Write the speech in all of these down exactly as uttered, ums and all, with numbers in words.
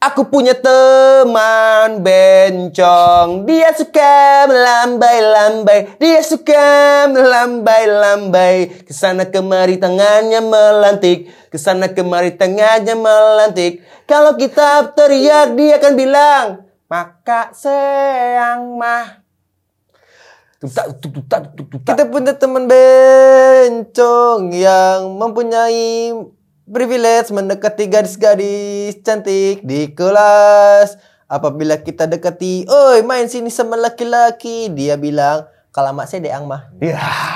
Aku punya teman bencong, dia suka melambai-lambai, dia suka melambai-lambai. Kesana kemari tangannya melantik, kesana kemari tangannya melantik. Kalau kita teriak dia akan bilang, maka sayang mah. Kita punya teman bencong yang mempunyai privilege mendekati gadis-gadis cantik di kelas. Apabila kita dekati, oi main sini sama laki-laki, dia bilang, kalau mak saya deang mah. Ya.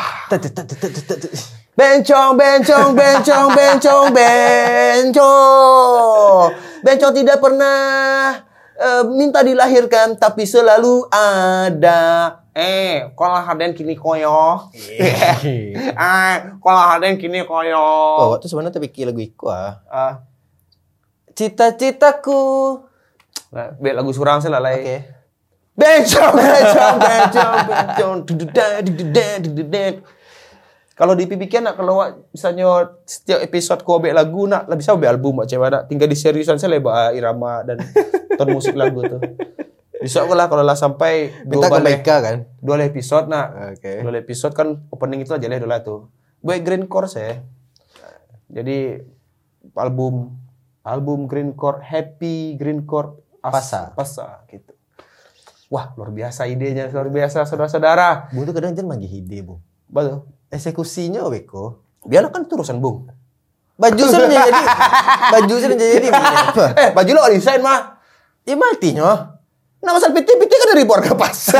Bencong, bencong, bencong, bencong, bencong. Bencong tidak pernah uh, minta dilahirkan, tapi selalu ada. Eh, kalau haden kini koyo. Ah, kalau haden kini koyo. Oh, waktu sebenarnya tapi lagu iku ah. Ah, Cita-citaku. nah, be lagu surang saya lalai. Oke. Bencong, bencong, bencong, bencong. Dududan, dududan, dududan. Kalau dipipikan nak kalau misalnya setiap episode kau be lagu nak lebih bisa be album macam mana. Tinggal di seriusan saya lebah irama dan ton musik lagu tuh. Bisa lah kalau lah sampai Minta ke Meka kan. dua episode nak. Oke. Dua episode kan opening itu aja lah dulu tuh. Gue Green Core ya. Jadi album album Green Core Happy Green Core Pasa. Pasa gitu. Wah, luar biasa idenya, luar biasa saudara-saudara. Bu tuh kadang jangan magi ide, Bu. Betul. Eksekusinya Beko. Biarlah kan terusan Bung. Baju sudah jadi. Baju sudah jadi. Apa? Eh, baju lo desain mah. Ya matinya. Nama sal P T P T kan dari keluarga pasar.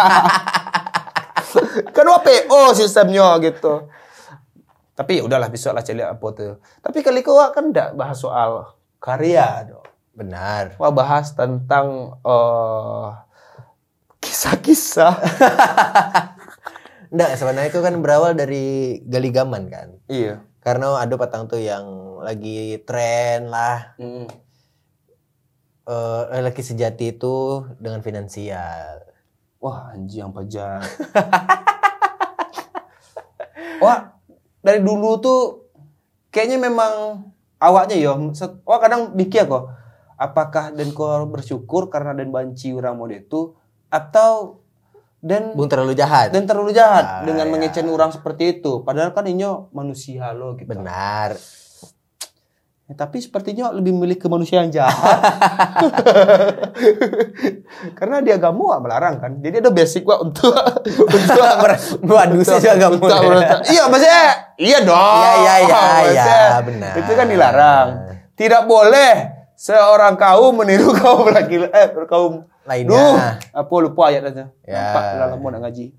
Kan P O sistemnya gitu. Tapi ya udahlah besok lah cari apa tuh. Tapi kali kau kan enggak bahas soal karya dong. Benar. Wah bahas tentang uh, kisah-kisah. Enggak, sebenarnya itu kan berawal dari Gali Gaman kan. Iya. Karena ada patang tuh yang lagi tren lah. Mm. Uh, lelaki sejati itu dengan finansial. Wah anjing yang pajak. Wah dari dulu tuh kayaknya memang awaknya yo. Wah kadang mikir kok. Apakah dan kau bersyukur karena dan banci orang mode itu atau dan Bung terlalu jahat. dan terlalu jahat Ah, dengan ya. mengecen orang seperti itu. Padahal kan inyo manusia lo gitu. Benar. Ya, tapi sepertinya lebih memilih ke manusia yang jahat. Karena di agama gak melarang kan. Jadi ada basic gua untuk untuk Waduh, saya juga agama. untuk- untuk- Iya maksudnya iya dong. Iya, iya, iya, Maksudnya, iya, benar. Itu kan dilarang. Tidak boleh seorang kaum meniru kaum laki eh kaum Lainnya. Duh, apa lupa ayatnya. Ya. Nampak dalam mau nak ngaji.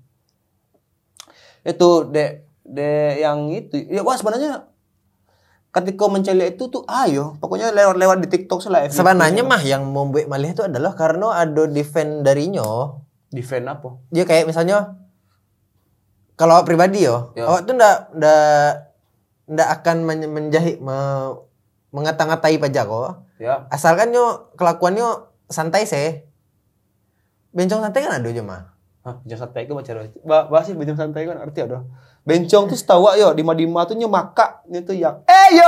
Itu dek dek yang itu. Ya wah sebenarnya ketika mencari itu tuh ayo pokoknya lewat-lewat di TikTok lah. Sebenarnya mah yang membuat malih itu adalah karena ada defend darinya. defend apa? Dia kayak misalnya kalau awak pribadi yo, Ya. awak tuh ndak ndak ndak akan men- menjahit me, mengata-ngatai pajak kok. Ya. Asalkan yo kelakuannya santai sih. Bencong santai kan ada aja mah. Hah, bencong santai itu baca ba bahas sih bencong santai kan arti ada. Bencong tuh setahu yo di Madima tuh nyemaka itu yang eh yo.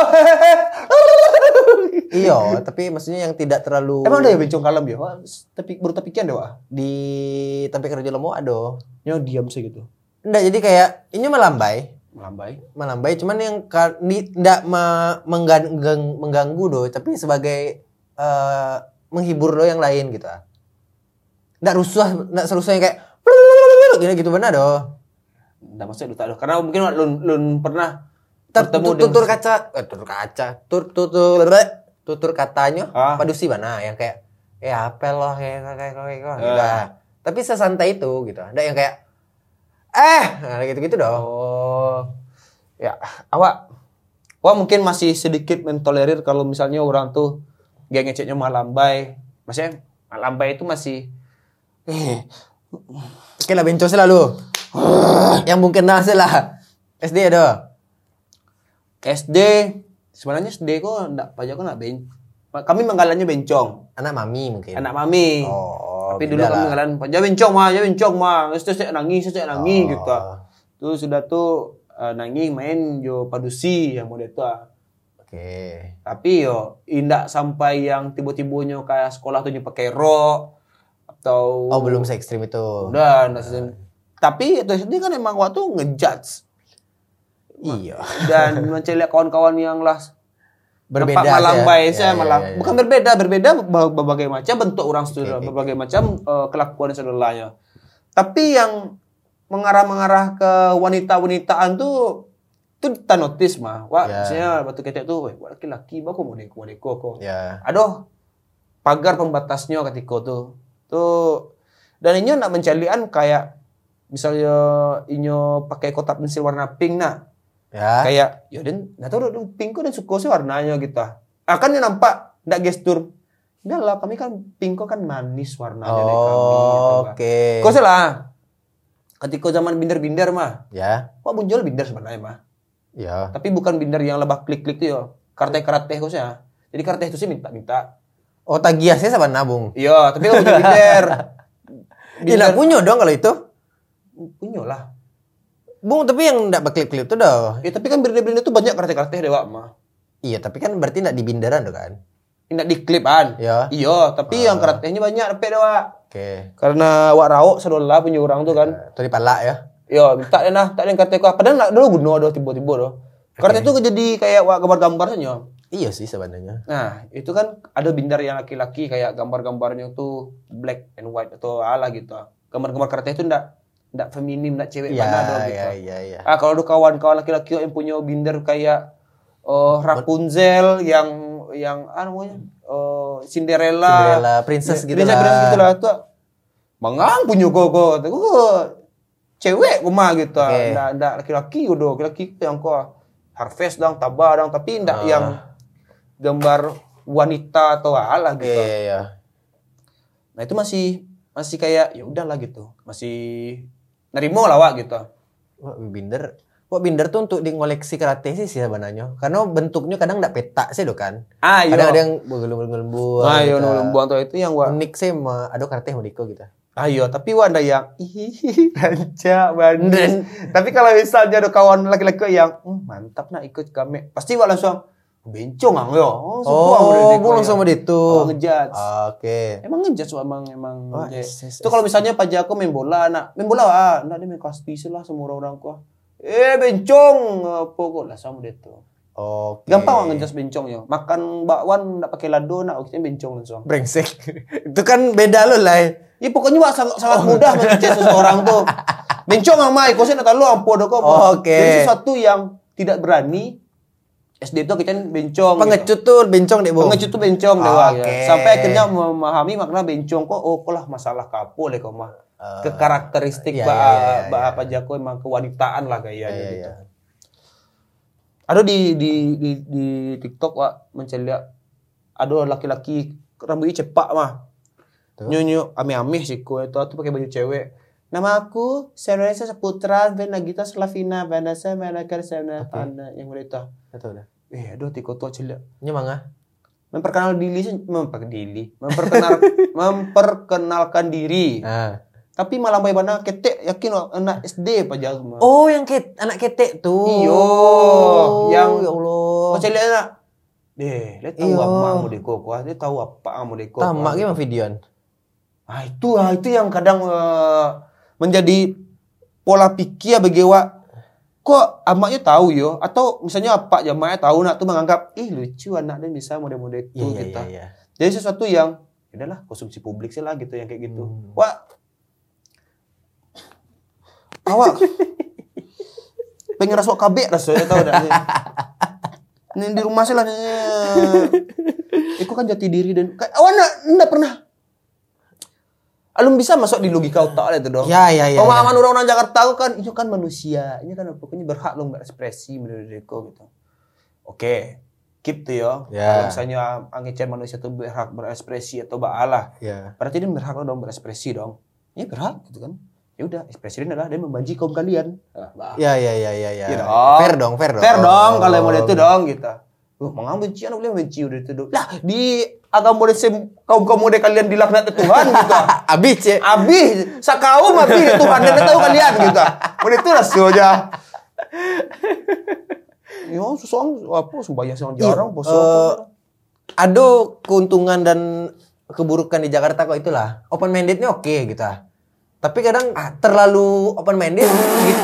Iya, tapi maksudnya yang tidak terlalu Emang ada ya bencong kalem ya? Wah, tapi baru tapikian deh wah. di tempat kerja lemo ada. Nyo diam sih gitu. Ndak jadi kayak ini melambai. Melambai. melambai cuman yang ka- di, ndak me- mengganggu, mengganggu do tapi sebagai eh, menghibur do yang lain gitu ah. Ndak rusuh ndak serusuh yang kayak gini gitu benar do. Nggak maksudnya lu tak ada. Karena mungkin lu lun pernah Ter- bertemu tu- tutur kaca eh, tutur kaca tur tutur tutur katanya Ah. padusi mana yang kayak ya apa loh kayak kayak kayak kayak gitu. Ah. ah. Tapi sesantai itu gitu ndak yang kayak eh nah, gitu-gitu dong. Oh, ya awak, wah mungkin masih sedikit mentolerir kalau misalnya orang tuh gak ngeceknya malambai, maksudnya malambai itu masih, eh, Oke lah bencos selalu. Yang mungkin nasi lah. S D ada. S D, sebenarnya S D kok enggak pajak kok enggak ben, kami menggalannya bencong, Anak mami mungkin. anak mami, Oh, tapi dulu beda kami lah. menggalan pajak bencong mah, ya bencong mah, terus saya nangis, saya nangis Oh. gitu, tuh sudah tuh uh, nangis main jo padusi yang model tuh. Oke. Oke. Tapi yo indak sampai yang tiba-tibanya kayak sekolah tuh pakai rok atau Oh, belum se ekstrim itu. udah nggak se- tapi itu sendiri kan emang waktu ngejudge Iya. dan mencari kawan-kawan yang lah Berbeda nampak malang sih ya. baik Ya, saya ya, malang ya, ya. bukan berbeda berbeda ber- berbagai macam bentuk orang saudara Oke, oke, berbagai macam eh, kelakuan saudaranya tapi yang mengarah-mengarah ke wanita-wanitaan tuh tuh kita notice mah wah Ya. misalnya batu ketek tuh weh, wah, laki-laki baku mau deko mau deko kok Ya. aduh pagar pembatasnya ketika tuh tuh dan ini nak mencalian kayak misalnya inyo pakai kotak pensil warna pink nak Ya. kayak ya dan nggak tahu dong pink kok dan suka sih warnanya gitu akan yang nampak nggak gestur enggak lah kami kan pink kok kan manis warnanya dari kami Oh, gitu, oke. kok salah ketika zaman binder-binder mah Ya. kok muncul binder sebenarnya mah Ya. tapi bukan binder yang lebah klik-klik tuh ya karate-karate khususnya jadi karate itu sih minta-minta Oh, tagiasnya sama nabung. iya tapi kalau punya binder Tidak punya dong kalau itu. punya lah Bung, tapi yang enggak berklip-klip tuh dah. ya tapi kan binder-binder itu banyak karate-karate dewa mah Iya, tapi kan berarti enggak di binderan tuh kan. tidak di klipan Ya. iya tapi yang karatenya banyak tapi dewa Oke. karena wak rao sedolah punya orang tuh kan Tuh dipalak ya. yo minta deh nah tak ada yang karate ku padahal nak dulu guna doh tiba-tiba doh karate itu jadi kayak wak gambar-gambar saja Iya sih sebenarnya. nah itu kan ada binder yang laki-laki kayak gambar-gambarnya tuh black and white atau ala gitu gambar-gambar karate itu ndak ndak feminim ndak cewek Iya, mana doh gitu iya, iya, iya. ah kalau ada kawan-kawan laki-laki yang punya binder kayak oh Rapunzel yang yang apa namanya oh Cinderella Cinderella, princess gitu Princess, lah. princess gitu lah tuh mangang punya gogo tapi gua cewek gua mah gitu Oke. ndak ndak laki-laki udah laki-laki yang kok harvest dong tabah dong tapi ndak Ah. yang gambar wanita atau ala Oke, gitu iya, iya. nah itu masih masih kayak ya udahlah gitu masih nerimo lah wak gitu Wah, binder. Wah, binder tuh untuk di ngoleksi karate sih sih sebenarnya. Karena bentuknya kadang enggak peta sih do kan. ah iya Kadang ada yang gelembung-gelembung. ah iya gitu. nulung tuh itu yang wak Unik sih mah ada karate modiko gitu. ayo tapi wanda yang ih ranca banget tapi kalau misalnya ada kawan laki-laki yang "Hmm, mantap nak ikut kami pasti wak langsung bencong ang yo oh, Oh, bu langsung sama itu. oh, ngejudge Oke. emang ngejudge Wak, emang emang Wah, ngejudge. es- es- itu kalau misalnya Pak Jako main bola nak main bola ah nak dia main kasti lah semua orang-orang ku eh bencong apa kok lah sama dia tuh Oke. gampang wak ngejudge bencong ya makan bakwan ndak pakai lado nak kita bencong langsung Brengsek. Itu kan beda lo lah. ya pokoknya wak sangat, sangat mudah mengejudge seseorang tuh bencong amai kau sih nak tahu ampo dok Oke. jadi sesuatu yang tidak berani S D itu kita bencong Pengecut tuh bencong deh, Bu. pengecut tuh bencong deh Wak, ya. Oke. Sampai akhirnya memahami makna bencong kok oh kok lah masalah kapo deh kok mah Eh, ke karakteristik iya, ba iya, iya, ba iya. apa Jako emang kewanitaan lah kayaknya Iya, gitu. iya. Ada di di di, di TikTok Wak mencari lihat ada laki-laki rambutnya cepak mah. Tuh. Nyonyo ame-ame sih kok itu tuh pakai baju cewek. Nama aku Senesa Saputra Venagita Slavina Vanessa Manakar Sana Oke. Panda yang berita. Betul dah. Eh, aduh tiko tuh celia. Ini mangga. Memperkenal diri memperkenal diri memperkenal memperkenalkan diri Nah. tapi malah bagaimana ketek yakin wak, anak S D apa jago mah Oh, yang ket anak ketek tuh. Iyo, Oh, yang- ya Allah. macam lihat anak deh dia tahu Iyo. apa mau deko kuah dia tahu apa mau deko Tamak gimana videoan? ah itu ah itu yang kadang eh, menjadi pola pikir bagi wak kok amaknya tahu yo atau misalnya apa jamaknya tahu nak tuh menganggap ih lucu anak dan bisa model-model itu Iya, iya, kita iya, iya. jadi sesuatu yang ya udahlah konsumsi publik sih lah gitu yang kayak gitu Hmm. wah awak pengen rasuk kabek rasanya tahu dah ini di rumah sih lah itu kan jati diri dan kayak awak nak ndak pernah alum bisa masuk di logika otak lah itu dong. Ya, ya, ya. Pemahaman orang-orang Jakarta itu kan ini kan manusia, ini kan pokoknya berhak lo berekspresi menurut Deko gitu. Oke, keep tuh ya. Ya. Kalau misalnya angin manusia itu berhak berekspresi atau ba'alah, Ya. berarti dia berhak lo dong berekspresi dong. Ya berhak gitu kan. Ya udah, ekspresi dia adalah dia membanji kaum kalian. Nah, bah. Ya, ya, ya, ya, ya. Iya dong. Fair dong, fair dong. Fair dong kalau yang model itu dong gitu. Uh, mengambil benci anak boleh benci udah itu dong. Lah di agama model kaum kaum model kalian dilaknat Tuhan gitu. Abis ya. Abis sakaum abis Tuhan dan tahu kalian gitu. Model itu lah saja. Ya, seseorang apa sembahyang yang jarang, Ih, puasa. eh, ada keuntungan dan keburukan di Jakarta kok itulah. Open minded-nya oke gitu. Tapi kadang terlalu open minded gitu.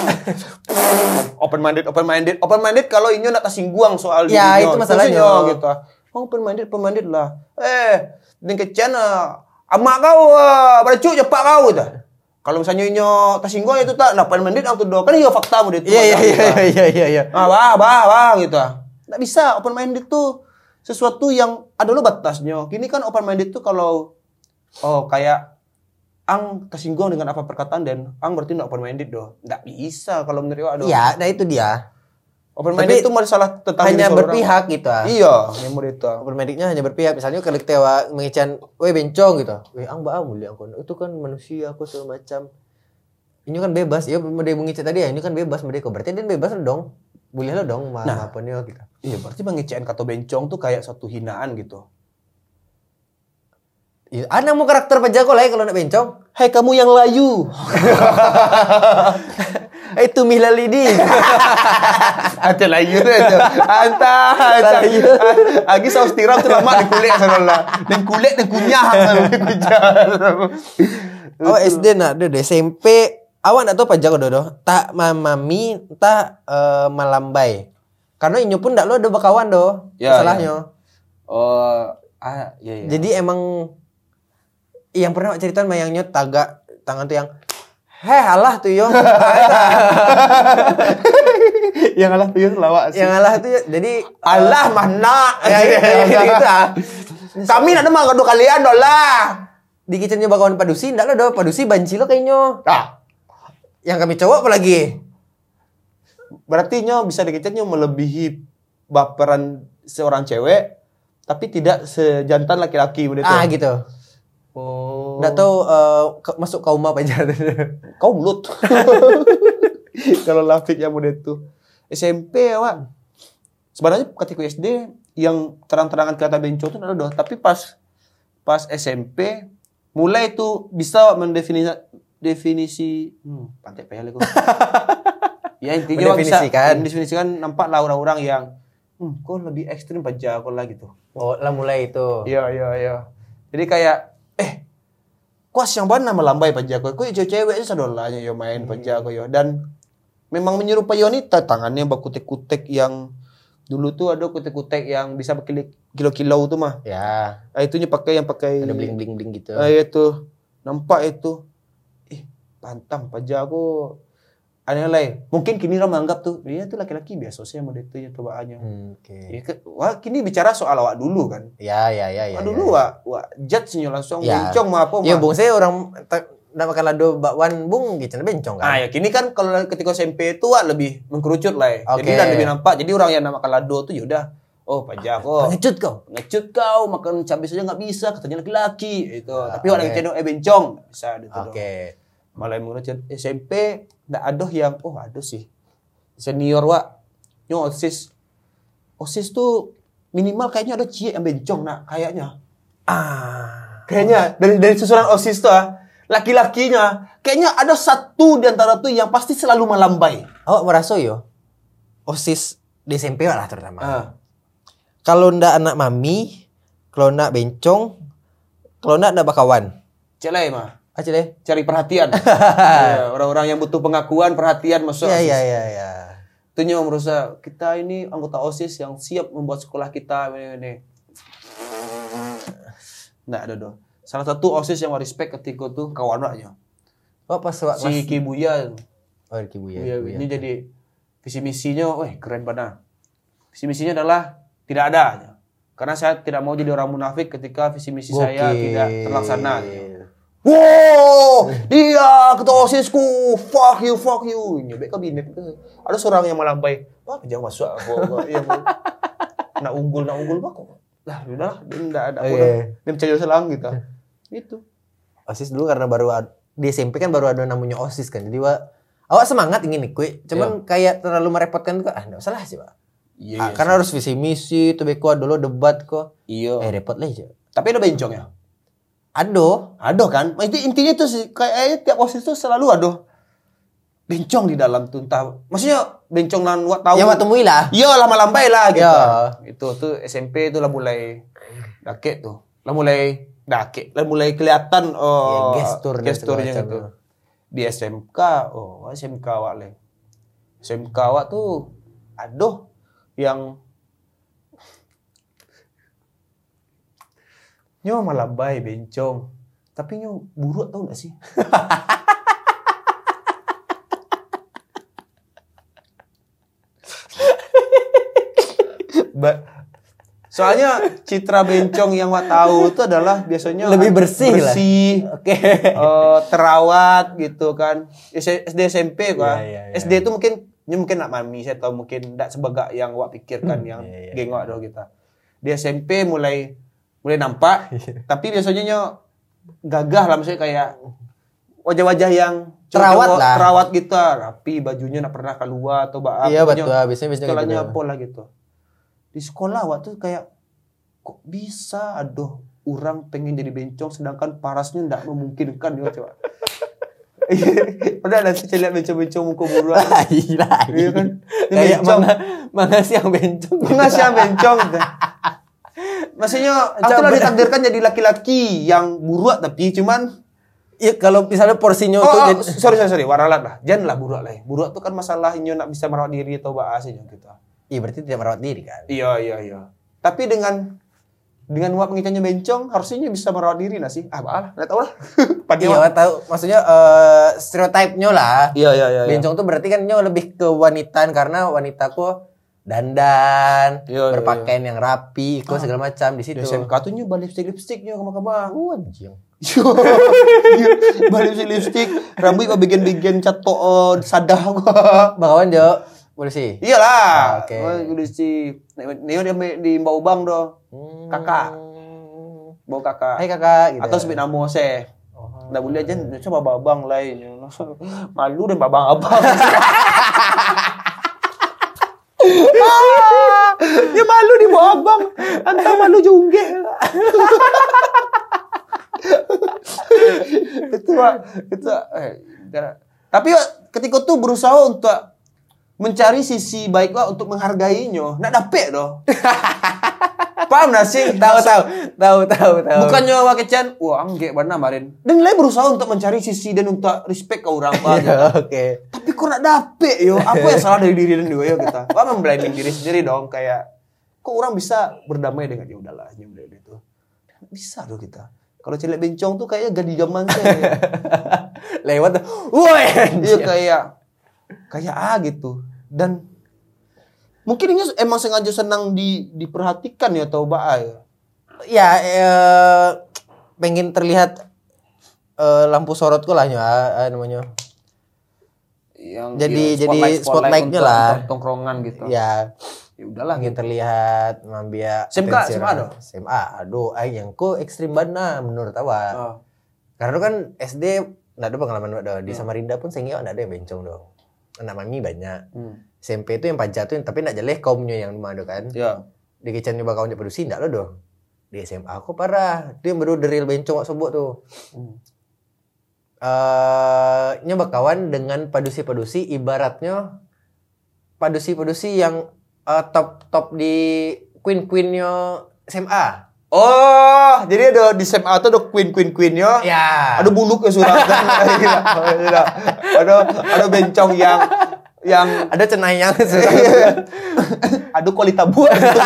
Open minded, open minded, open minded kalau inyo nak tasingguang soal Ya, dirinya. itu masalahnya. Terus inyo gitu. Oh, open minded, open minded lah. Eh, dengan kecian ah, amak kau ah, pada cuk cepat kau gitu. Kalau misalnya inyo tasingguang itu tak, nah open minded auto do. Kan iya fakta mu itu. Iya iya iya iya iya iya. Ah, bah, bah, bah gitu. Nggak bisa, open minded tuh sesuatu yang ada lo batasnya. Gini kan open minded tuh kalau oh kayak ang tersinggung dengan apa perkataan dan ang berarti nggak open minded doh. Nggak bisa kalau menurut aku. Iya, nah itu dia. Open minded itu masalah tentang hanya diri berpihak orang. gitu. Iya, yang mau itu. Open mindednya hanya berpihak. Misalnya kalau kita mengecan, weh bencong gitu. Weh ang ba mulia aku. Itu kan manusia aku segala macam. Ini kan bebas. Ya dia mengecan tadi ya, ini kan bebas mereka. Berarti dia bebas dong. Boleh lo dong ma Nah, apa nih gitu. Iya, berarti mengecewakan kata bencong tuh kayak satu hinaan gitu. Ya, ada mau karakter Pak Jago lah ya kalau nak bencong. Hai kamu yang layu. Eh itu Milalidi. Ada layu tuh itu. Anta, anta. Agi saus tiram tuh lama di kulit saudara. Dan kulit dan kunyah Oh S D nak ada deh. S M P awak nak tahu Pak Jago dodo. Tak mamami tak uh, malambai. Karena inyo pun ndak lo ada bakawan do. Ya, masalahnya. Ya. Oh, ah, iya iya. Jadi emang yang pernah ceritaan mayangnya tagak tangan tuh yang heh alah tuh yo. Yang alah tuh lawak sih. Yang alah tuh jadi Allah mana ya, ya, ya, gitu ah. Kami nak demang kedua kalian dolah. Di kitchennya bakawan padusi ndak lo do padusi banci lo kayaknya. Ah, Yang kami cowok apa lagi? berarti nyo bisa dikecatnya melebihi baperan seorang cewek tapi tidak sejantan laki-laki begitu. Ah gitu. Oh. Nggak tahu uh, ke- masuk kaum apa aja. Kau mulut. Kalau lafiknya muda itu. S M P awak. Sebenarnya ketika S D yang terang-terangan kata bencong itu ada doh, tapi pas pas S M P mulai itu bisa mendefinisi definisi hmm, pantai payah lagi. Ya intinya bisa Mendefinisikan. mendefinisikan nampaklah orang-orang yang hmm, kok lebih ekstrim aja kok lah gitu. Oh, lah mulai itu. Iya iya iya. Jadi kayak eh kuas yang mana melambai pajak kok cewek-cewek itu sadolanya yo main pajak yo dan memang menyerupai wanita tangannya berkutek-kutek yang dulu tuh ada kutek-kutek yang bisa pakai kilo-kilo tuh mah. Ya. Ah itunya pakai yang pakai Ada bling-bling-bling gitu. Ah itu nampak itu. Ih, pantang pajak aku aneh lain. Mungkin kini orang menganggap tuh dia tuh laki-laki biasa sih sama itu ya cobaannya. Hmm, Oke. Ya, ke, wah kini bicara soal awak dulu kan. Ya, ya, ya, ya. Ah, ya, dulu ya. wak, wak judge nya langsung Ya. bencong mah apa Ya, mah. bung saya orang tak ndak makan lado bakwan bung gitu bencong Ah kan. ya kini kan kalau ketika S M P itu wak lebih mengkerucut lah ya. Jadi Oke. dan lebih nampak. Jadi orang yang nak makan lado tuh yaudah. Oh pajak kok. Pengecut kau. Ngecut kau makan cabai saja nggak bisa katanya laki-laki itu. Ah, Tapi orang oke. yang eh bencong bisa gitu Oke. dong. Malah yang mengerucut S M P ndak ada yang oh ada sih senior wak. Nyo OSIS. OSIS tuh minimal kayaknya ada cie yang bencong nak kayaknya. Ah. Kayaknya dari dari susunan OSIS tuh ah, laki-lakinya kayaknya ada satu di antara tuh yang pasti selalu melambai. Awak merasa yo? OSIS di S M P lah terutama. Ah. Kalau ndak anak mami, kalau ndak bencong, kalau ndak ndak bakawan. Celai mah. Aja deh. Cari perhatian. Ya, orang-orang yang butuh pengakuan, perhatian masuk Iya, OSIS. iya, iya, iya. Itu nyo merasa kita ini anggota OSIS yang siap membuat sekolah kita ini ini. Nggak ada doh. Salah satu OSIS yang respect ketika tuh kawan waknya. Oh, pas wak Si Kibuya. Oh, Kibu ya. Iya, Kibu ya. ini jadi visi misinya, weh keren banget. Visi misinya adalah tidak ada. Karena saya tidak mau jadi orang munafik ketika visi misi saya Gokil. tidak terlaksana. Gitu. Wow, dia ketua OSISku, fuck you, fuck you. Nyebek kabinet. Ada seorang yang melambai, pak jangan masuk aku. Iya, nak unggul, nak unggul pak. Lah, udah, dia enggak ada. Aku Oh, udah, iya. dia percaya selang gitu. Itu. OSIS dulu karena baru ad- di S M P kan baru ada namanya OSIS kan. Jadi wak, awak semangat ingin ikut, cuman kayak terlalu merepotkan kok. Ah, enggak usah lah sih, Pak. Iya, Ah, karena harus visi misi, tuh beko dulu debat kok. Iya. Eh repot lah aja. Tapi ada bencong ya? Ado, Ada kan? Itu intinya tuh sih kayaknya tiap OSIS tuh selalu ada bencong di dalam tuh entah. Maksudnya bencong nan wak tahu. Yang wak temui lah. Iya, lama lambai lah gitu. Ya. Itu tuh S M P tuh lah mulai dakek tuh. Lah mulai dakek, lah mulai kelihatan oh ya, gestur dan gesturnya segala gitu. macam. Di S M K, oh S M K wak le. S M K wak tuh aduh yang nyo malambai bencong. Tapi nyo buruk tau gak sih? Ba- Soalnya citra bencong yang wak tahu itu adalah biasanya Lebih bersih lah. bersih Oke. eh, terawat gitu kan. S D S M P kan. Iya, iya, iya. S D itu mungkin ini mungkin nak mami saya tahu mungkin tidak sebagak yang wak pikirkan yang iya, iya, geng wak doh kita. Di S M P mulai mulai nampak tapi biasanya nyo gagah lah maksudnya kayak wajah-wajah yang Terawat cowok lah. terawat gitu, rapi, bajunya nak pernah keluar atau ba Iya, pokoknya betul. Biasanya- biasanya sekolahnya gitu. apa lah gitu. Di sekolah waktu kayak kok bisa aduh orang pengen jadi bencong sedangkan parasnya tidak memungkinkan dia coba. Padahal nanti saya lihat bencong-bencong muka buruan. Gila. Iya kan? Ini Kayak bencong. mana mana sih yang bencong? Enggak sih yang bencong. Maksudnya aku Coba. lah ditakdirkan jadi laki-laki yang buruak tapi cuman Iya, kalau misalnya porsinya oh, untuk oh, jadi- sorry sorry sorry waralat lah. Jangan lah buruak lah. Buruak tuh kan masalah inyo nak bisa merawat diri atau bahasa inyo gitu. Iya, berarti tidak merawat diri kan? Iya iya iya. Tapi dengan dengan wak pengicanya bencong harusnya bisa merawat diri nggak sih? Ah, balah, nggak tahu lah. Pagi Iya, wak. tahu. Maksudnya eh stereotipnya lah. Iya iya iya. Bencong tuh berarti kan nyo lebih ke wanitaan karena wanita kok dandan, Iya, iya, berpakaian yang rapi, kok segala macam di Di situ. S M K tuh nyoba lipstick lipstiknya kamar-kamar. Oh, anjing. Balik lipstick lipstick, rambut kok bagian-bagian cat po oh, sadah gua. Bakawan Jo, polisi. Iyalah. Ah, oke. Oh, lipstick. Nih dia di Mbak Ubang doh. Hmm. Kakak. Bau kakak. Hai kakak gitu. Atau sebut nama saya. Oh. Nggak boleh aja coba babang lain. Malu dan babang abang. Ah, dia malu di bawah abang. Antang malu jungge. itu Pak, itu eh, gara- tapi Pak, ketika tuh berusaha untuk mencari sisi baik Pak untuk menghargainya, nak dapet doh. Paham gak sih? Tahu tahu, tahu tahu tahu. Bukannya wak kecan, wah anggek mana kemarin. Dan nilai berusaha untuk mencari sisi dan untuk respect ke orang Pak. Iya, oke. Tapi kok nak dapet yo? Apa yang salah dari diri dan yo kita? Wah memblaming diri sendiri dong kayak kok orang bisa berdamai dengan ya udahlah nyudah itu. Bisa loh kita. Kalau celek bencong tuh kayaknya gak di zaman saya. Lewat tuh. Woi. Iya kayak kayak ah gitu. Dan mungkin ini emang sengaja senang di diperhatikan ya atau ba ya. Ya, eh, pengen terlihat eh, lampu sorotku lah nyo, ah, namanya. Yang Jadi iya, jadi spotlight- spotlight spotlightnya untuk- lah. untuk tongkrongan gitu. Ya, Ya udahlah pengen gitu. terlihat mambia S M K, atensi S M A orang. doh? S M A, aduh, ay yang ku ekstrim banget menurut awak. Oh. Karena kan S D nggak ada pengalaman doh. Di Samarinda pun saya nggak ada yang bencong dong. Anak mami banyak. Hmm. S M P itu yang panjat tuh, tapi nggak jelek kaumnya yang rumah do kan. Ya. Di kican nyoba kawan produksi nggak lo doh. Di S M A aku parah. Dia baru deril bencong wak sobok tuh. Hmm. Eh nyoba kawan dengan padusi-padusi ibaratnya padusi-padusi yang eh, top-top di queen-queennya S M A. Oh, jadi ada di S M A tuh ada queen queen queennya. Ya. Ada buluk ya surat. ada ada ada bencong yang yang Ada cenayang. ada kualitas buat gitu.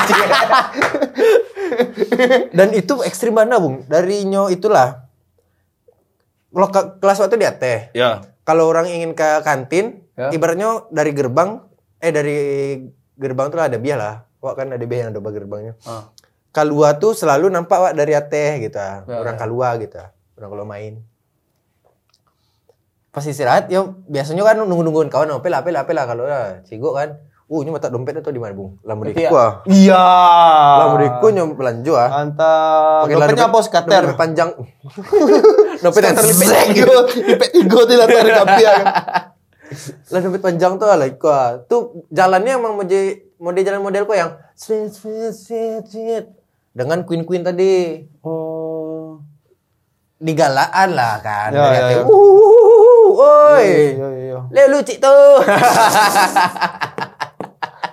Dan itu ekstrim banget, Bung. Dari nyo itulah. Kalau ke- kelas waktu di atas. Ya. Kalau orang ingin ke kantin, Ya. ibaratnya dari gerbang, eh dari gerbang tuh ada biah lah. Wak kan ada biah yang ada gerbangnya. Ah. Kalua tuh selalu nampak wak dari atas gitu. Ya, orang ya. kalua gitu. Orang kalau main. Pas istirahat, yo biasanya kan nunggu-nungguin kawan, apel apel apel lah kalau lah. Cigo kan. Uh, ini mata dompet atau di mana, Bung? Lamu Iya. deku ah. Iya. Lamu deku nyom belanja ah. Mantap. Pakai Dompetnya dompet- apa skater? dompet panjang. Dompet yang terlipet Zek gitu. Lipet tiga tuh lah tarik kapi ya. lah dompet panjang tuh lah ikut ah. Tuh jalannya emang model model jalan model kok yang sweet sweet sweet sweet dengan queen queen tadi Oh. digalaan lah kan. Ya, Dari ya, hati, ya. "Uh, oi. Iya iya iya. Le lu cik tuh."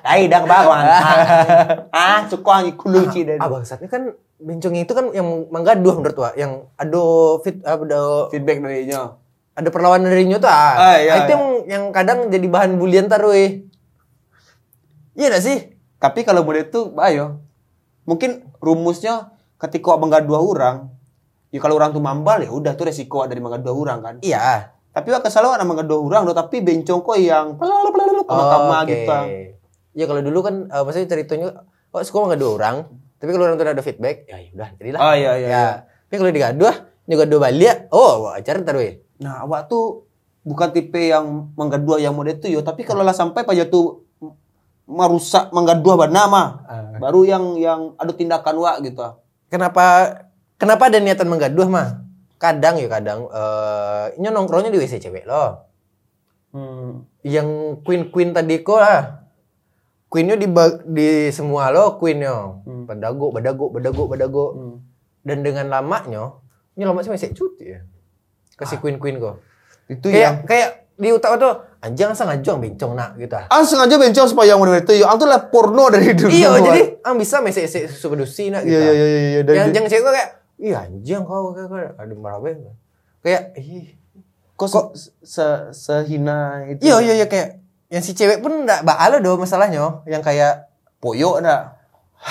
Ai dah bawan. Ah, suka ni kuluci dah. Ah bangsatnya kan bencongnya itu kan yang menggaduh menurut gua, yang ado fit ada Feedback darinya. ada perlawanan darinya tuh ah. Ah, iya, Ah, itu iya. yang yang kadang jadi bahan bulian taruh eh. Iya gak sih? Tapi kalau model itu ayo. Mungkin rumusnya ketika mangga dua orang, ya kalau orang tuh mambal ya udah tuh resiko dari mangga dua orang kan. Iya. Tapi wak kesalahan mangga dua orang loh, tapi bencong kok yang pelalap-pelalap kama-kama Oke. gitu. Ya kalau dulu kan uh, maksudnya ceritanya oh sekolah nggak dua orang, tapi kalau orang tuh ada feedback, ya udah jadilah. Oh iya iya. Ya. iya. Tapi kalau digaduh, digaduh balik, oh acara taruh eh. Nah, awak tuh bukan tipe yang mangga dua yang model itu yo, tapi kalau lah sampai pada tuh merusak mangga dua bernama, Ah. baru yang yang ada tindakan wak gitu. Kenapa kenapa ada niatan menggaduh mah? Kadang ya kadang eh uh, nongkrongnya di W C cewek loh. Hmm. Yang queen-queen tadi kok lah. Queennya di di semua lo queennya. Hmm. Badago, badago, badago, badago. Hmm. Dan dengan lamanya, ini lama sih masih cuti ya. Kasih queen-queen kok. Itu Kayak yang kayak di utak tuh anjang sang ngajong bencong nak gitu. ah. ah sengaja bencong supaya yang model itu yo, ang tuh lah porno dari dulu. Iya, jadi ang bisa mesek-mesek susu pedusi nak gitu. Iya iya iya iya. Dan Yang di- jangan cewek gua kayak, "Ih anjing kau kayak kayak ada marabe." Kayak, "Ih, kok, kok se sehina itu. iya iya iya kayak yang si cewek pun enggak bakal do masalahnya, yang kayak Poyo enggak?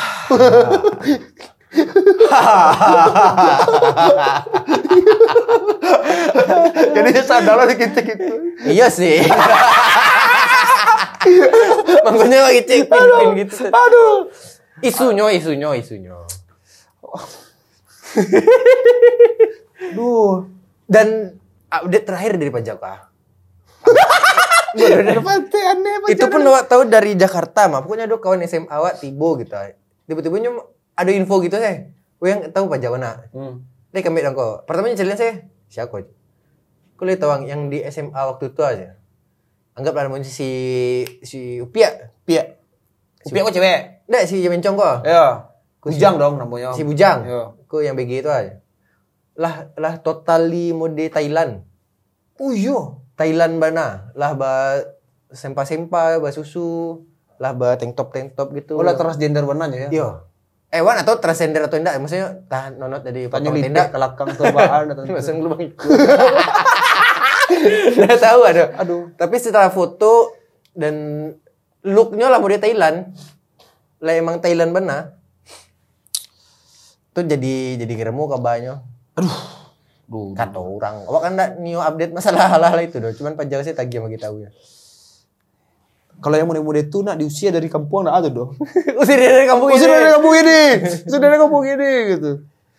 Jadi sadar dikit-dikit. iya sih. Makanya lagi cek pin gitu. Aduh. Isunya, isunya, isunya. Duh. Dan update terakhir dari Pajaka. Kenapa teh aneh Itu pun awak tahu dari Jakarta mah. Pokoknya ada kawan S M A awak tibo gitu. Tiba-tiba nyem- ada info gitu saya. Gue yang tahu Pajaka nak. Hmm. Dia kami dong kok. Pertamanya cerita saya siapa? Kau lihat tahu yang di S M A waktu itu aja. Anggaplah namanya si si Upia. Pia. Pia kok cewek? Nggak si Bencong kok. Ya. Ku Bujang dong namanya. Si Bujang. Iya. Ku yang B G itu aja. Lah lah totally mode Thailand. Oh iya. Thailand bana. Lah ba sempa-sempa, ba susu, lah ba tank top tank top gitu. Oh lah transgender warnanya ya. Yo. Eh wan atau transgender atau enggak? Maksudnya tahan nonot dari Tanya potongan lidah tenda. kelakang turbaan atau Masa ngelubang itu. Nggak tahu ada. Aduh. Tapi setelah foto dan looknya lah mode Thailand. Lah emang Thailand benar. Tuh jadi jadi geremu kabarnya. Aduh. Duh. Kata orang. Awak kan enggak new update masalah hal-hal itu doh. Cuman Pajak sih tagih sama kita ya. Kalau yang muda-muda itu nak diusia dari kampung nak ada doh. Usir dari kampung Usir ini. dari kampung ini. Usir dari kampung ini gitu.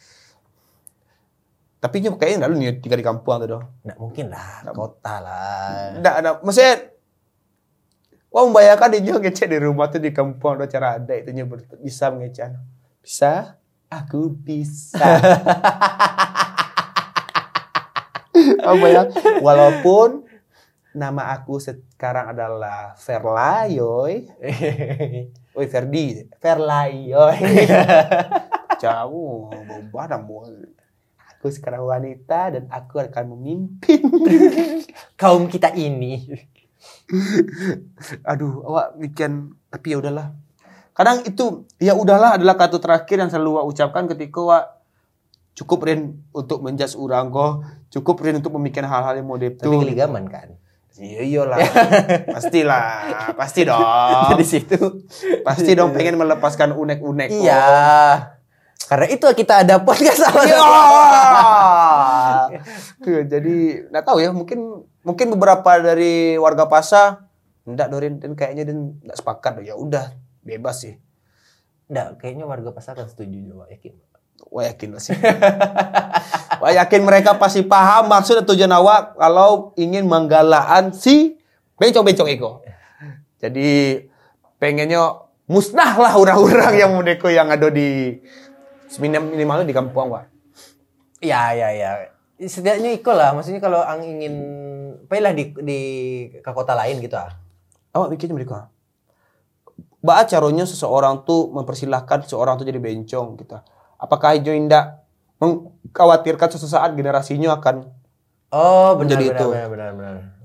Tapi nya kayaknya enggak lu nih tinggal di kampung tuh doh. Nggak mungkin lah, kota lah. Enggak ada. Maksudnya wah membayangkan dia ngecek di rumah tuh di kampung ada cara ada itunya ber- bisa mengecek. Bisa? Aku bisa. Apa ya? Walaupun nama aku sekarang adalah Verlayoy. Oi Ferdi, Verlayoy. Jauh, badan mau. Aku sekarang wanita dan aku akan memimpin Kaum kita ini. Aduh, awak bikin tapi ya udahlah. Kadang itu ya udahlah adalah kata terakhir yang selalu awak ucapkan ketika awak cukup Rin untuk menjudge orang kok, cukup Rin untuk memikirkan hal-hal yang model itu. Tapi keligaman kan. Iya iyalah. Pastilah, pasti dong. Di situ. Pasti dong pengen melepaskan unek-unek. kok. Iya. Karena itu kita ada podcast sama Ya. Tuh, jadi nggak tahu ya, mungkin mungkin beberapa dari warga Pasar enggak Dorin dan kayaknya dan enggak sepakat. Ya udah, bebas sih. Nggak, kayaknya warga pasar kan setuju juga, yakin. Wah yakin lah sih. Wah yakin mereka pasti paham maksud dan tujuan awak kalau ingin menggalaan si bencong-bencong itu. Jadi pengennya musnah lah orang-orang yang mudeko yang ada di minim- minimal di kampung Wak. Iya, iya, iya. Setidaknya iko lah, maksudnya kalau ang ingin pilih di di ke kota lain gitu ah. Awak mikirnya mereka. Ba caranya seseorang tuh mempersilahkan seorang tuh jadi bencong gitu. Apakah itu tidak mengkhawatirkan suatu saat generasinya akan Oh, benar Menjadi benar, itu. benar benar benar.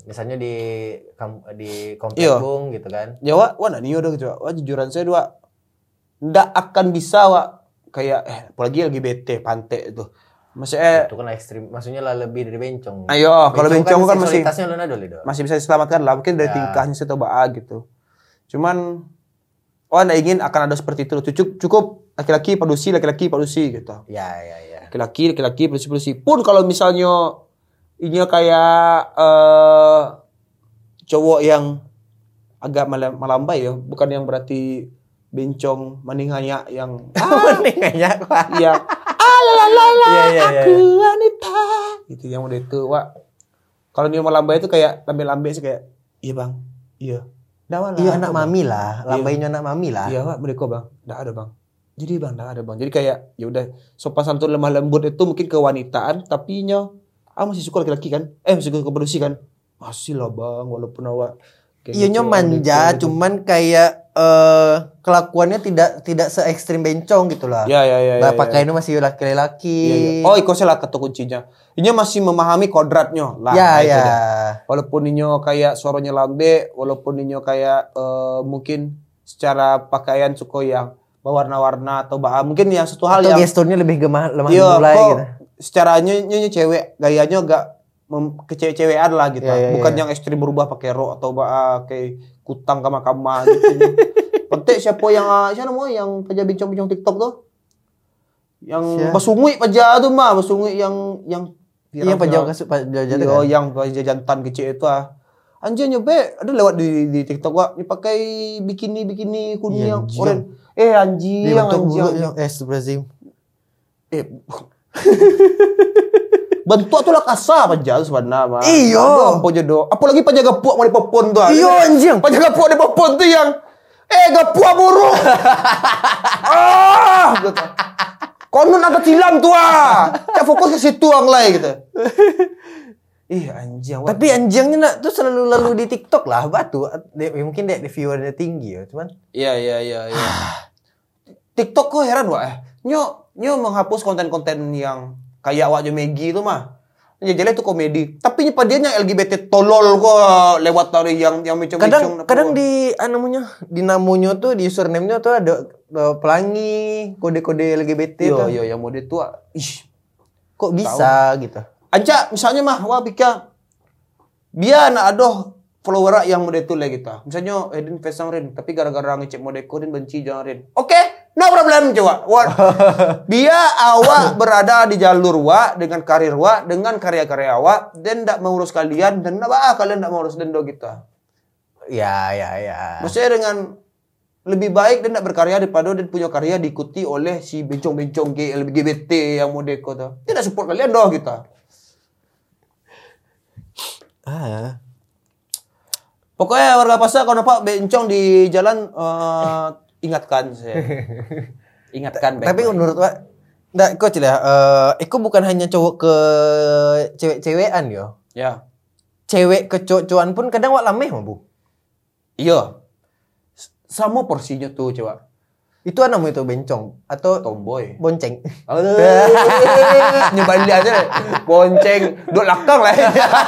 Misalnya di kam- di komplek Iya. Bung gitu kan. Ya wak, wak nak niyo dong coba. Wak jujuran saya dua. Ndak akan bisa wak kayak eh apalagi L G B T pantai itu. Maksudnya Itu kan ekstrim, maksudnya lah lebih dari bencong. ayo kalau bencong kan masih seksualitasnya lu nado lido. masih bisa diselamatkan lah, mungkin dari Ya. tingkahnya atau baa gitu. Cuman oh anda ingin akan ada seperti itu. Cukup cukup laki-laki produksi, laki-laki produksi gitu. Ya ya ya. Laki-laki, laki-laki produksi-produksi. Pun kalau misalnya ini kayak eh cowok yang agak malam- melambai ya, bukan yang berarti bencong maninganya yang Mendingnya Pak. yang alalala Iya, iya, iya, aku wanita gitu yang udah itu wak. Kalau dia melambai itu kayak lambe-lambe sih kayak iya bang, iya. Nggak ada Iya lah, anak Bang. mami lah, lambainya anak mami lah. Iya pak, mereka bang, nggak ada bang. Jadi bang, nggak ada bang. Jadi kayak ya udah sopan santun lemah lembut itu mungkin kewanitaan, tapi nya ah masih suka laki-laki kan? Eh masih suka produksi kan? Masih lah bang, walaupun awak kayak Iya gitu, nya manja, gitu. cuman kayak eh kelakuannya tidak tidak se ekstrim bencong gitu lah. Ya ya ya. Bah, ya, pakaiannya ya. masih laki-laki. Iya, iya. Oh, iko lah kata kuncinya. Ini masih memahami kodratnya lah. Ya nah, itu ya. dah. Walaupun inyo kayak suaranya lambe, walaupun inyo kayak eh, mungkin secara pakaian suka yang berwarna-warna atau bah, mungkin yang satu hal Atau yang gesturnya lebih gemah lemah iya, gemulai kok gitu. secara nyonya cewek gayanya agak mem- kecewek-cewekan lah gitu. Iya, iya, Bukan iya. yang ekstrim berubah pakai rok atau bah, kayak kutang kama-kama gitu. Penting siapa yang ah, siapa namanya yang paja bincang-bincang TikTok tuh? Yang Siapa? basungui paja tuh mah, basungui yang yang Iya pajak kasut pajak Iya, kan. yang paja jantan kecil itu ah. Anjir nyobe ada lewat di, di TikTok gua, ini pakai bikini bikini kuning Iya, yang anjing. oranye. Eh anjing, Dia bentuk anjing. bulu yang eh Brazil. Eh, bentuk tuh lah kasar aja sebenarnya mah. Iya. Aduh, apa jodoh. Apalagi paja gapuk mau dipopon tuh. ah. Iya, anjing. Paja gapuk dipopon tuh yang eh gapuk buruk. ah, gitu. Konon ada tilam tuh ah. Ya fokus ke situ ang lain gitu. Ih anjing. wah. Tapi anjingnya nak tuh selalu lalu di TikTok lah, batu. Dia, mungkin dia viewernya tinggi ya, cuman Iya iya iya iya. TikTok kok heran wak eh. Nyo nyo menghapus konten-konten yang kayak Wak Jomegi itu mah. Ya jelek itu komedi. Tapi nyepa dia yang L G B T tolol kok lewat dari yang yang kadang micong-micong. kadang di ah, namanya di namunya tuh di username-nya tuh ada uh, pelangi kode-kode L G B T Iya tuh. iya yang mode itu ah, ih. Kok bisa gitu? Anca misalnya mah wak pikir dia nak adoh follower yang mode itu lah gitu. Misalnya Edin Fesang Rin, tapi gara-gara ngecek mode Kodin benci jangan Rin. Oke, no problem coba. Wak. Dia awak berada di jalur wa dengan karir wa dengan karya-karya awak dan tidak mengurus kalian dan apa kalian tidak mengurus dendo gitu. Ya ya ya. Maksudnya dengan lebih baik dan tidak berkarya daripada dan punya karya diikuti oleh si bencong-bencong gay L G B T yang mode itu. Tidak support kalian doh gitu. Ah. Pokoknya warga pasar kalau nampak bencong di jalan eh, ingatkan saya. Ingatkan baik. Tapi menurut Wak, nggak kok cila. Eh, Eko bukan hanya cowok ke cewek-cewekan yo. ya. Cewek ke cowok-cowokan pun kadang Wak lameh mah bu. Iya. S- Sama porsinya tuh coba. Itu apa namanya itu bencong atau Tomboy. bonceng? Aduh, nyobain dia aja deh. Bonceng, duduk lakang lah.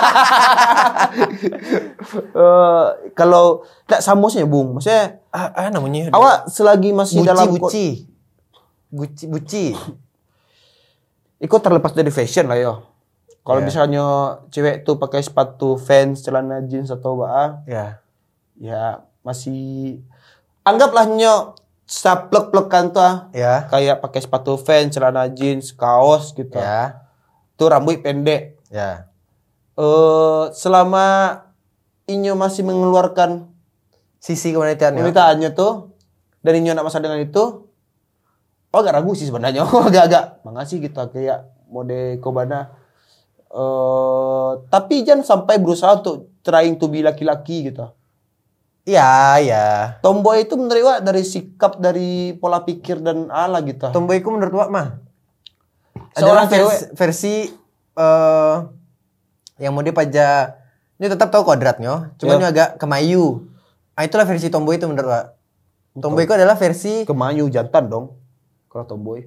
Eh, kalau tak sama sih Bung, maksudnya Ah, ah namanya. awak selagi masih buci dalam buci. Buci buci. ikut terlepas dari fashion lah yo. Kalau Ya. misalnya cewek tuh pakai sepatu Vans, celana jeans atau apa, Ya. ya masih anggaplah nyo saplek-plekan tuh ah. Ya. Kayak pakai sepatu Vans, celana jeans, kaos gitu. Ya. Tuh rambut pendek. Ya. Eh selama inyo masih mengeluarkan Sisi kewanitaannya. wanitaannya tuh dan inyo nak masalah dengan itu, oh agak ragu sih sebenarnya. Agak-agak makasih gitu kayak mode Kobana. Eh tapi jangan sampai berusaha untuk trying to be laki-laki gitu. Iya, ya. Tomboy itu menurut Wak dari sikap, dari pola pikir dan ala gitu. Tomboyku menurut Wak mah Seorang adalah versi, versi eh yang mau dia paja ini tetap tahu kodratnya, cuman Ya. ini agak kemayu. Ah itulah versi tomboy itu menurut Wak. Tomboy itu adalah versi Kemayu jantan dong. Kalau tomboy.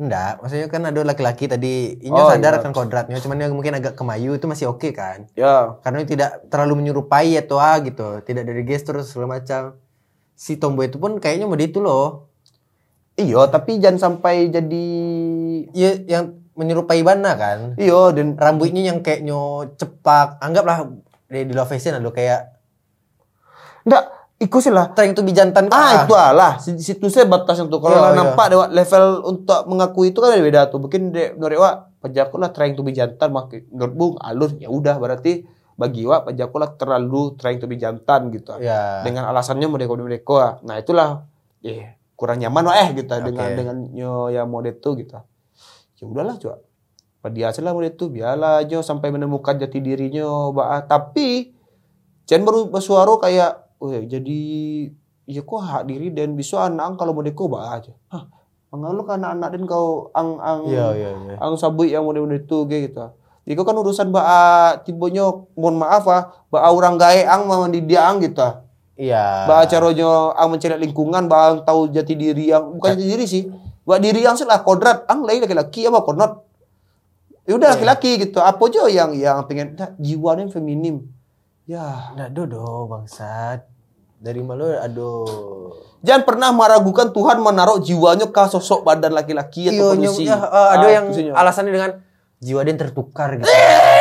Enggak, maksudnya kan ada laki-laki tadi, Inyo Oh, sadar iya. akan kodratnya, cuman yang mungkin agak kemayu itu masih oke kan. Ya. Karena tidak terlalu menyerupai atau ah gitu, tidak dari gestur segala macam. Si tomboy itu pun kayaknya mau itu loh. Iya, tapi jangan sampai jadi Iya, yang menyerupai Bana kan. iya dan Rambutnya yang kayak nyo cepak, anggaplah di, di Love Fashion ada kayak enggak ikut sih lah. trying to be jantan kah? Ah, itu lah. Di situ saya batas itu. Kalau Iya, lah iya. nampak dewa level untuk mengakui itu kan beda tuh. Mungkin de menurut Wak pajakku lah trying to be jantan, makin menurut Bung alur ya udah berarti bagi Wak pajakku lah terlalu trying to be jantan gitu. Iya. Dengan alasannya modeko-modeko. Nah, itulah eh kurang nyaman Wak eh gitu Oke. dengan dengan nyo yang mode itu gitu. Ya udahlah coba. Pada lah mode itu biarlah nyo sampai menemukan jati dirinya Wak. Tapi jangan baru bersuara kayak oh ya, jadi ya kok hak diri dan bisa anak kalau mau deko bah aja. Hah, mengalu kan anak-anak dan kau ang ang Iya, iya, iya. ang sabui yang model-model itu kayak gitu. Itu kan urusan ba tibonya mohon maaf ah, ba orang gae ang mandi dia ang gitu. Iya. Ba caronyo ang mencari lingkungan, ba ang tahu jati diri yang bukan jati diri sih. Ba diri yang salah kodrat ang lain laki-laki apa kodrat. Ya udah laki-laki gitu. Apa aja yang yang pengen nah, jiwanya feminim. Ya, Nggak dodo bangsat. Dari malu aduh. jangan pernah meragukan Tuhan menaruh jiwanya ke sosok badan laki-laki atau Iya, kondisi. ya, eh, ada Ah, yang khususnya. alasannya dengan jiwa dia yang tertukar gitu.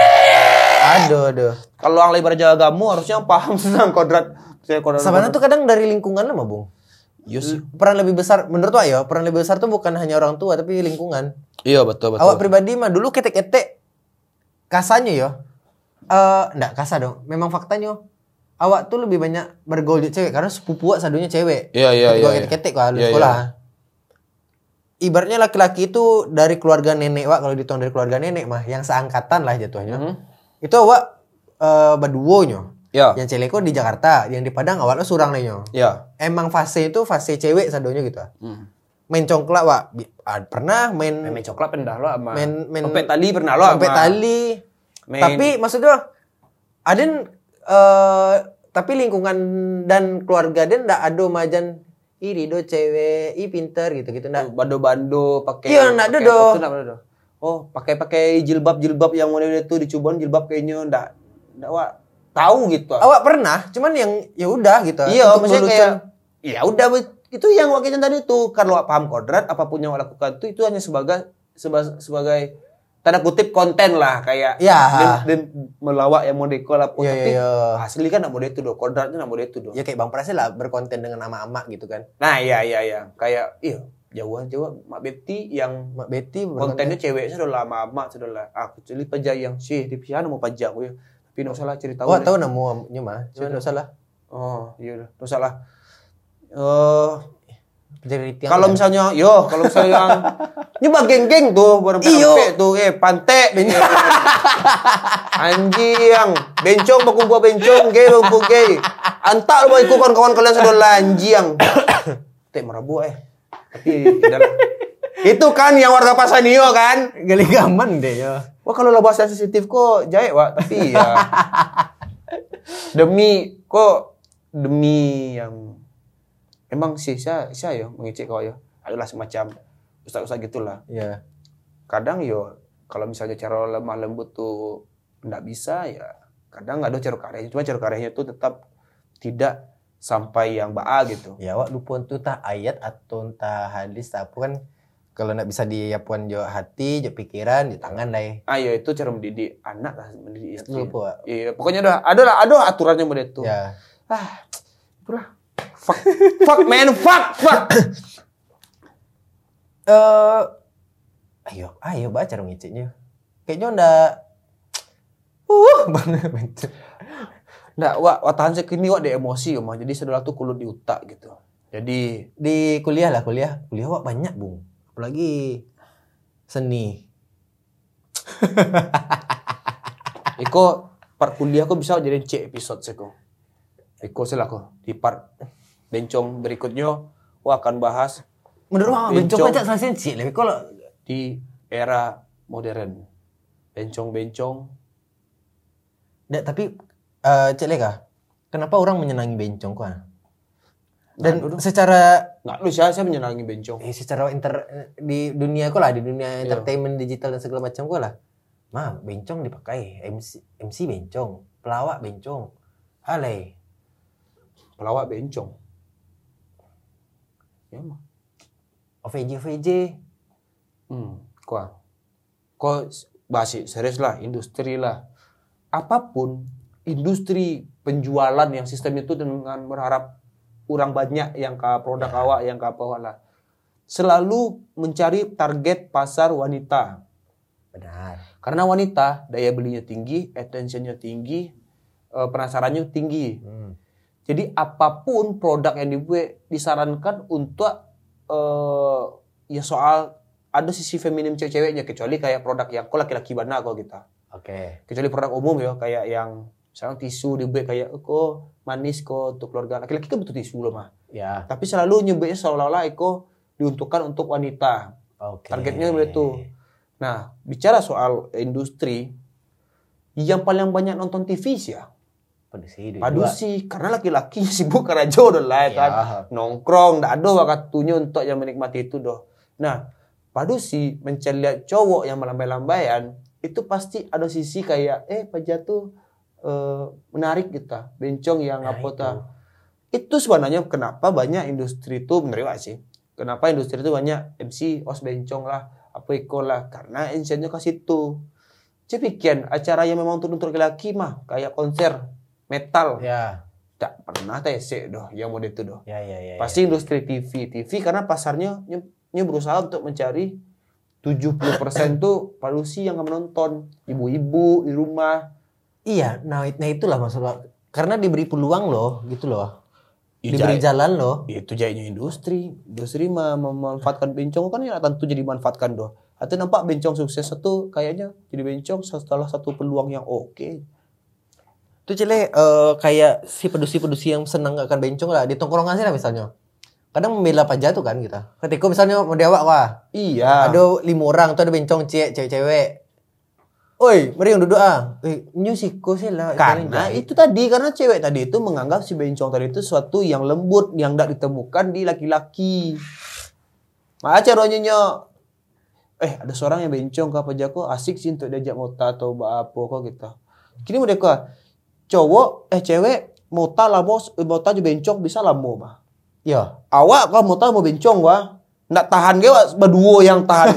aduh, aduh. Kalau orang lain berjaga kamu harusnya paham tentang kodrat. Saya kodrat. Sebenarnya tuh kadang dari lingkungan lah, Bung. Iya sih. Peran lebih besar menurut Wak ya, peran lebih besar tuh bukan hanya orang tua tapi lingkungan. Iya betul betul. Awak pribadi mah dulu ketek-ketek kasanya ya. Eh, enggak kasar dong. Memang faktanya awak tuh lebih banyak bergaul di cewek karena sepupu awak sadunya cewek. Iya iya Ketika iya. ketek-ketek kalau Iya, sekolah. iya. Ibaratnya laki-laki itu dari keluarga nenek Wak, kalau dihitung dari keluarga nenek mah yang seangkatan lah jatuhnya. Mhm. Itu awak eh berduonya. Iya. Yang cewek kok di Jakarta, yang di Padang awalnya surang lainnya. Iya. Emang fase itu fase cewek sadonya gitu. Hmm. Main congklak Wak. Bi- ah, pernah main Main coklat pernah lo sama. main main Kompet tali pernah lo Kompet sama. tali. Main- Tapi maksudnya ada eh tapi lingkungan dan keluarga dia ndak ada majan iri do cewek, i pinter gitu-gitu ndak. Bando-bando pakai. Iya, nggak ada pakai doh. apa tuh, nggak ada doh. Oh, pakai-pakai jilbab-jilbab yang model itu dicobain jilbab kayaknya ndak ndak Wak tahu gitu. Awak pernah, cuman yang ya udah gitu. Iya, Untuk maksudnya meluluskan- kayak ya udah be- itu yang wakilnya tadi tuh kalau paham kodrat apapun yang awak lakukan itu itu hanya sebagai seba- sebagai tanda kutip konten lah kayak Ya. dan, dan melawak yang modeko lah pun Iya, tapi iya, iya. asli kan nak model itu doh kodratnya nak model itu doh. Ya kayak Bang Pras lah berkonten dengan ama-ama gitu kan. Nah iya iya iya kayak iya jauh jauh Mak Betty yang Mak Betty kontennya ceweknya sudah lama mak sudah lah aku celi pajak yang sih di piano mau pajak aku ya tapi nggak usah lah cerita Oh, deh. tahu namanya mah. Cuma enggak salah. Oh iya udah nggak usah lah. Eh Jadi tiang kalau kan? misalnya, yo, kalau misalnya yang nyoba geng-geng tuh, bareng Iyo. P tuh, eh, pantek, anjing, bencong, baku buah bencong, gay, baku gay, antak lu ikut kawan-kawan kalian sudah lanjing, tek merabu eh, tapi udahlah. Itu kan yang warga Pasanio kan? gali gaman deh ya. Wah kalau lah bahasa sensitif kok jahit wak, tapi ya demi kok demi yang emang sih saya saya ya mengecek kau ya adalah semacam ustaz-ustaz gitulah. Iya. Kadang yo kalau misalnya cara lemah lembut tuh nggak bisa ya kadang nggak ada cara karyanya cuma cara karyanya tuh tetap tidak sampai yang baa gitu. Ya wak lupa tuh tah ayat atau entah hadis apa kan kalau nak bisa diapuan jo hati, jo pikiran, di tangan lah. Ah ya itu cara mendidik anak lah mendidik istri. Lupa Wak. Iya pokoknya ada ada lah ada aturannya model itu. Ya. Ah itulah. Fuck fuck man fuck fuck. Eh ayo, ayo baca dong ngeceknya. Kayaknya ndak uh banget. Nggak, wak, wak tahan sekini wak ada emosi mah. Jadi saudara tuh kulut di utak gitu. Jadi Di kuliah lah, kuliah. Kuliah wak banyak, Bung. Apalagi seni. Iko part kuliah kok bisa jadi C episode seko. Iko selaku di part bencong berikutnya wak akan bahas Menurut wak bencong Bencong. kan selesai sih. Tapi kalau di era modern. Bencong-bencong. ndak tapi eh Cek Leka, kenapa orang menyenangi bencong kok? Dan Aduh, secara nggak lu saya saya menyenangi bencong. eh, secara inter di dunia aku lah, di dunia entertainment digital dan segala macam gua lah. Mah, bencong dipakai, M C M C bencong, pelawak bencong. Alay. Pelawak bencong. Ya mah. O V J O V J. Hmm, kok. Kok basi serius lah, industri lah. Apapun industri penjualan yang sistem itu dengan berharap orang banyak yang ke produk Ya. awak yang ke apa lah. Selalu mencari target pasar wanita. Benar. Karena wanita daya belinya tinggi, attentionnya tinggi, eh, penasarannya tinggi. Hmm. Jadi apapun produk yang dibuat disarankan untuk eh, ya soal ada sisi feminim cewek-ceweknya, kecuali kayak produk yang kok laki-laki bana kok kita. Oke. Kecuali produk umum ya kayak yang misalnya tisu dibuat kayak oh, kok manis kok untuk keluarga. Laki-laki kan butuh tisu loh mah. Ya. Tapi selalu nyebutnya seolah-olah Eko diuntukkan untuk wanita. Oke. Targetnya begitu. Nah, bicara soal industri, yang paling banyak nonton T V sih ya. Padusi. Padusi, karena laki-laki sibuk karena jodoh lah ya kan. Ya. Nongkrong, nggak ada waktunya untuk yang menikmati itu doh. Nah, padusi mencari lihat cowok yang melambai-lambaian, itu pasti ada sisi kayak, eh Pak tuh eh, menarik kita. Bencong yang Nah, apa itu. tah. Itu sebenarnya kenapa banyak industri itu menerima sih. Kenapa industri itu banyak M C, os bencong lah, apa iko lah. Karena insennya ke situ. Cepikian acara yang memang untuk untuk laki-laki mah kayak konser metal. Ya. Tak pernah tesek doh yang model itu doh. Ya, ya, ya. Pasti industri T V. T V karena pasarnya ny- ny berusaha untuk mencari tujuh puluh persen tuh palusi yang nggak menonton. Ibu-ibu di rumah. Iya, nah, nah itulah masalah. Karena diberi peluang loh, gitu loh. Ya, Diberi jai- jalan loh. Itu jadinya industri. Industri mah memanfaatkan bencong kan ya tentu jadi manfaatkan doh. Atau nampak bencong sukses satu kayaknya jadi bencong setelah satu peluang yang oke. Itu cile eh, kayak si pedusi-pedusi yang senang akan bencong lah di tongkrongan sih lah misalnya. Kadang membela pajak tuh kan kita. Ketika misalnya mau diawak wah, Iya. ada lima orang tuh ada bencong cewek cewek-cewek. Oi, mari yang duduk ah. Eh, nyu siko sih lah. Karena itu tadi, karena cewek tadi itu menganggap si bencong tadi itu sesuatu yang lembut, yang tidak ditemukan di laki-laki. Maka caranya nyo, eh ada seorang yang bencong ke apa jako asik sih untuk diajak mota atau apa kok gitu. Kini mereka cowok, eh cewek mota lah bos, eh, mota juga bencong bisa lah mau mah. Ya. Awak kau mota mau bencong wah, ndak tahan ge wah berduo yang tahan.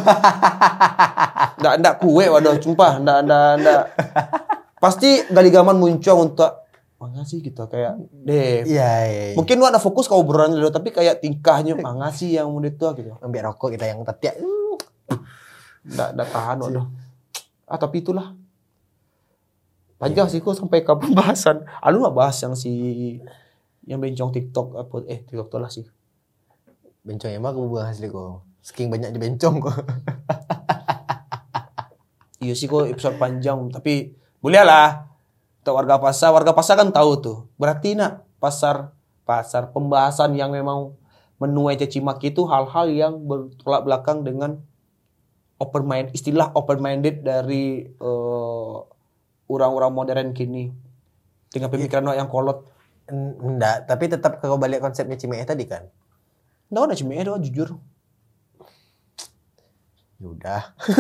Ndak ndak kue waduh, sumpah ndak ndak ndak. Pasti gali-gaman muncul untuk makasih gitu kayak deh. Iya, iya. iya. Mungkin lu ada fokus kau obrolan dulu tapi kayak tingkahnya makasih yang udah itu gitu. Ambil rokok kita yang tetiak. Ndak ndak tahan waduh. Ah tapi itulah. Panjang sih kok sampai ke pembahasan. Ah lu nggak bahas yang si yang bencong TikTok apa eh TikTok tuh lah sih. Bencong emang aku buang asli kok. Saking banyak di bencong kok. Iya sih kok episode panjang tapi boleh lah. Untuk warga pasar, warga pasar kan tahu tuh. Berarti nak pasar pasar pembahasan yang memang menuai caci maki itu hal-hal yang bertolak belakang dengan open mind, istilah open minded dari uh, orang-orang modern kini dengan pemikiran yang kolot. Enggak, tapi tetap kalau balik konsepnya Cimehe tadi kan. Nggak ada cuma doang jujur. Ya udah.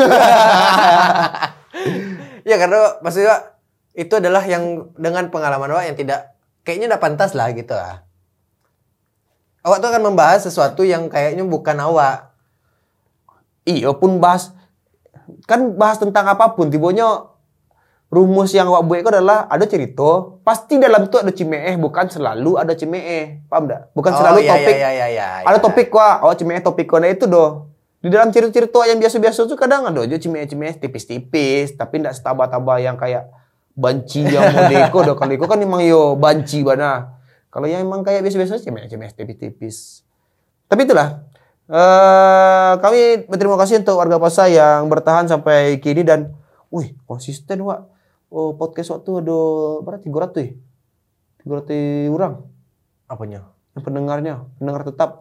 Ya karena maksudnya itu adalah yang dengan pengalaman awak yang tidak kayaknya tidak pantas lah gitu lah. Awak tuh akan membahas sesuatu yang kayaknya bukan awak. Iya pun bahas kan bahas tentang apapun tibonya rumus yang awak buat itu adalah ada cerita pasti dalam itu ada cimeeh bukan selalu ada cimeeh paham enggak bukan Oh, selalu iya, topik iya, iya, iya, ada iya. topik wah awak cimeeh topik kona itu doh di dalam cerita-cerita yang biasa-biasa tuh kadang ada aja cimeeh-cimeeh tipis-tipis tapi enggak setaba-taba yang kayak banci yang modeko doh kalau itu kan memang yo banci bana kalau yang emang kayak biasa-biasa cimeeh-cimeeh tipis-tipis tapi itulah eh kami berterima kasih untuk warga pasar yang bertahan sampai kini dan wih konsisten wak oh, podcast waktu ada berapa tiga ratus ya tiga ratus orang Apanya? yang pendengarnya pendengar tetap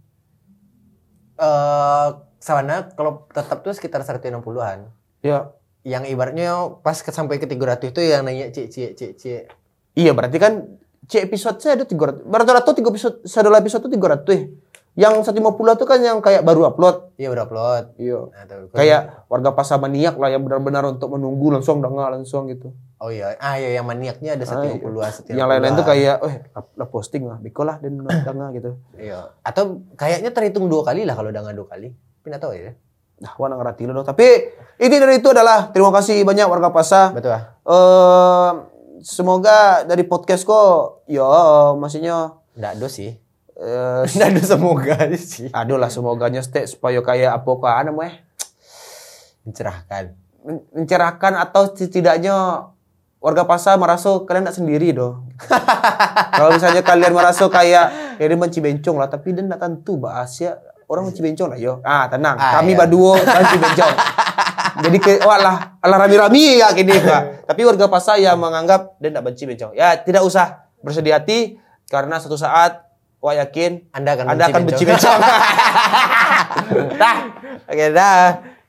Eh, sana kalau tetap tuh sekitar seratus enam puluhan. ya Yang ibaratnya pas ke, sampai ke tiga ratus itu yang nanya cik cik cik cik. iya berarti kan C episode saya ada tiga ratus. Rata-rata tiga episode, satu episode tuh tiga ratus. Yang seratus lima puluh tuh kan yang kayak baru upload. Iya udah upload. Iya. Nah, tuh, Kayak warga pasar maniak lah yang benar-benar untuk menunggu langsung dengar langsung gitu. Oh iya, ah iya yang maniaknya ada seratus lima puluh. Yang lain-lain tuh kayak, eh lah posting lah, biko lah dan dengar gitu. Iya. Atau kayaknya terhitung dua kali lah kalau dengar dua kali. Tapi nggak tahu ya. Nah, wah ngerti lo. Tapi ini dari itu adalah terima kasih banyak warga pasar. Betul. Eh semoga dari podcast kok, ya maksudnya nggak ada sih. eh Nggak ada semoga sih. aduh lah semoganya stay supaya kayak apa kan namanya Mencerahkan. men- mencerahkan atau setidaknya warga pasar merasa kalian tidak sendiri dong. Kalau misalnya kalian merasa kayak ya dia benci bencong lah, tapi dia tidak tentu bahas ya orang benci bencong lah yo. Ah tenang, Ah, kami iya. baduo benci bencong. Jadi ke wah lah alah rami-rami ya gini Pak. Tapi warga pasar yang menganggap dia tidak benci bencong. Ya tidak usah bersedih hati karena suatu saat wah yakin Anda akan Anda benci akan benci bencong. bencong. Dah. Oke dah.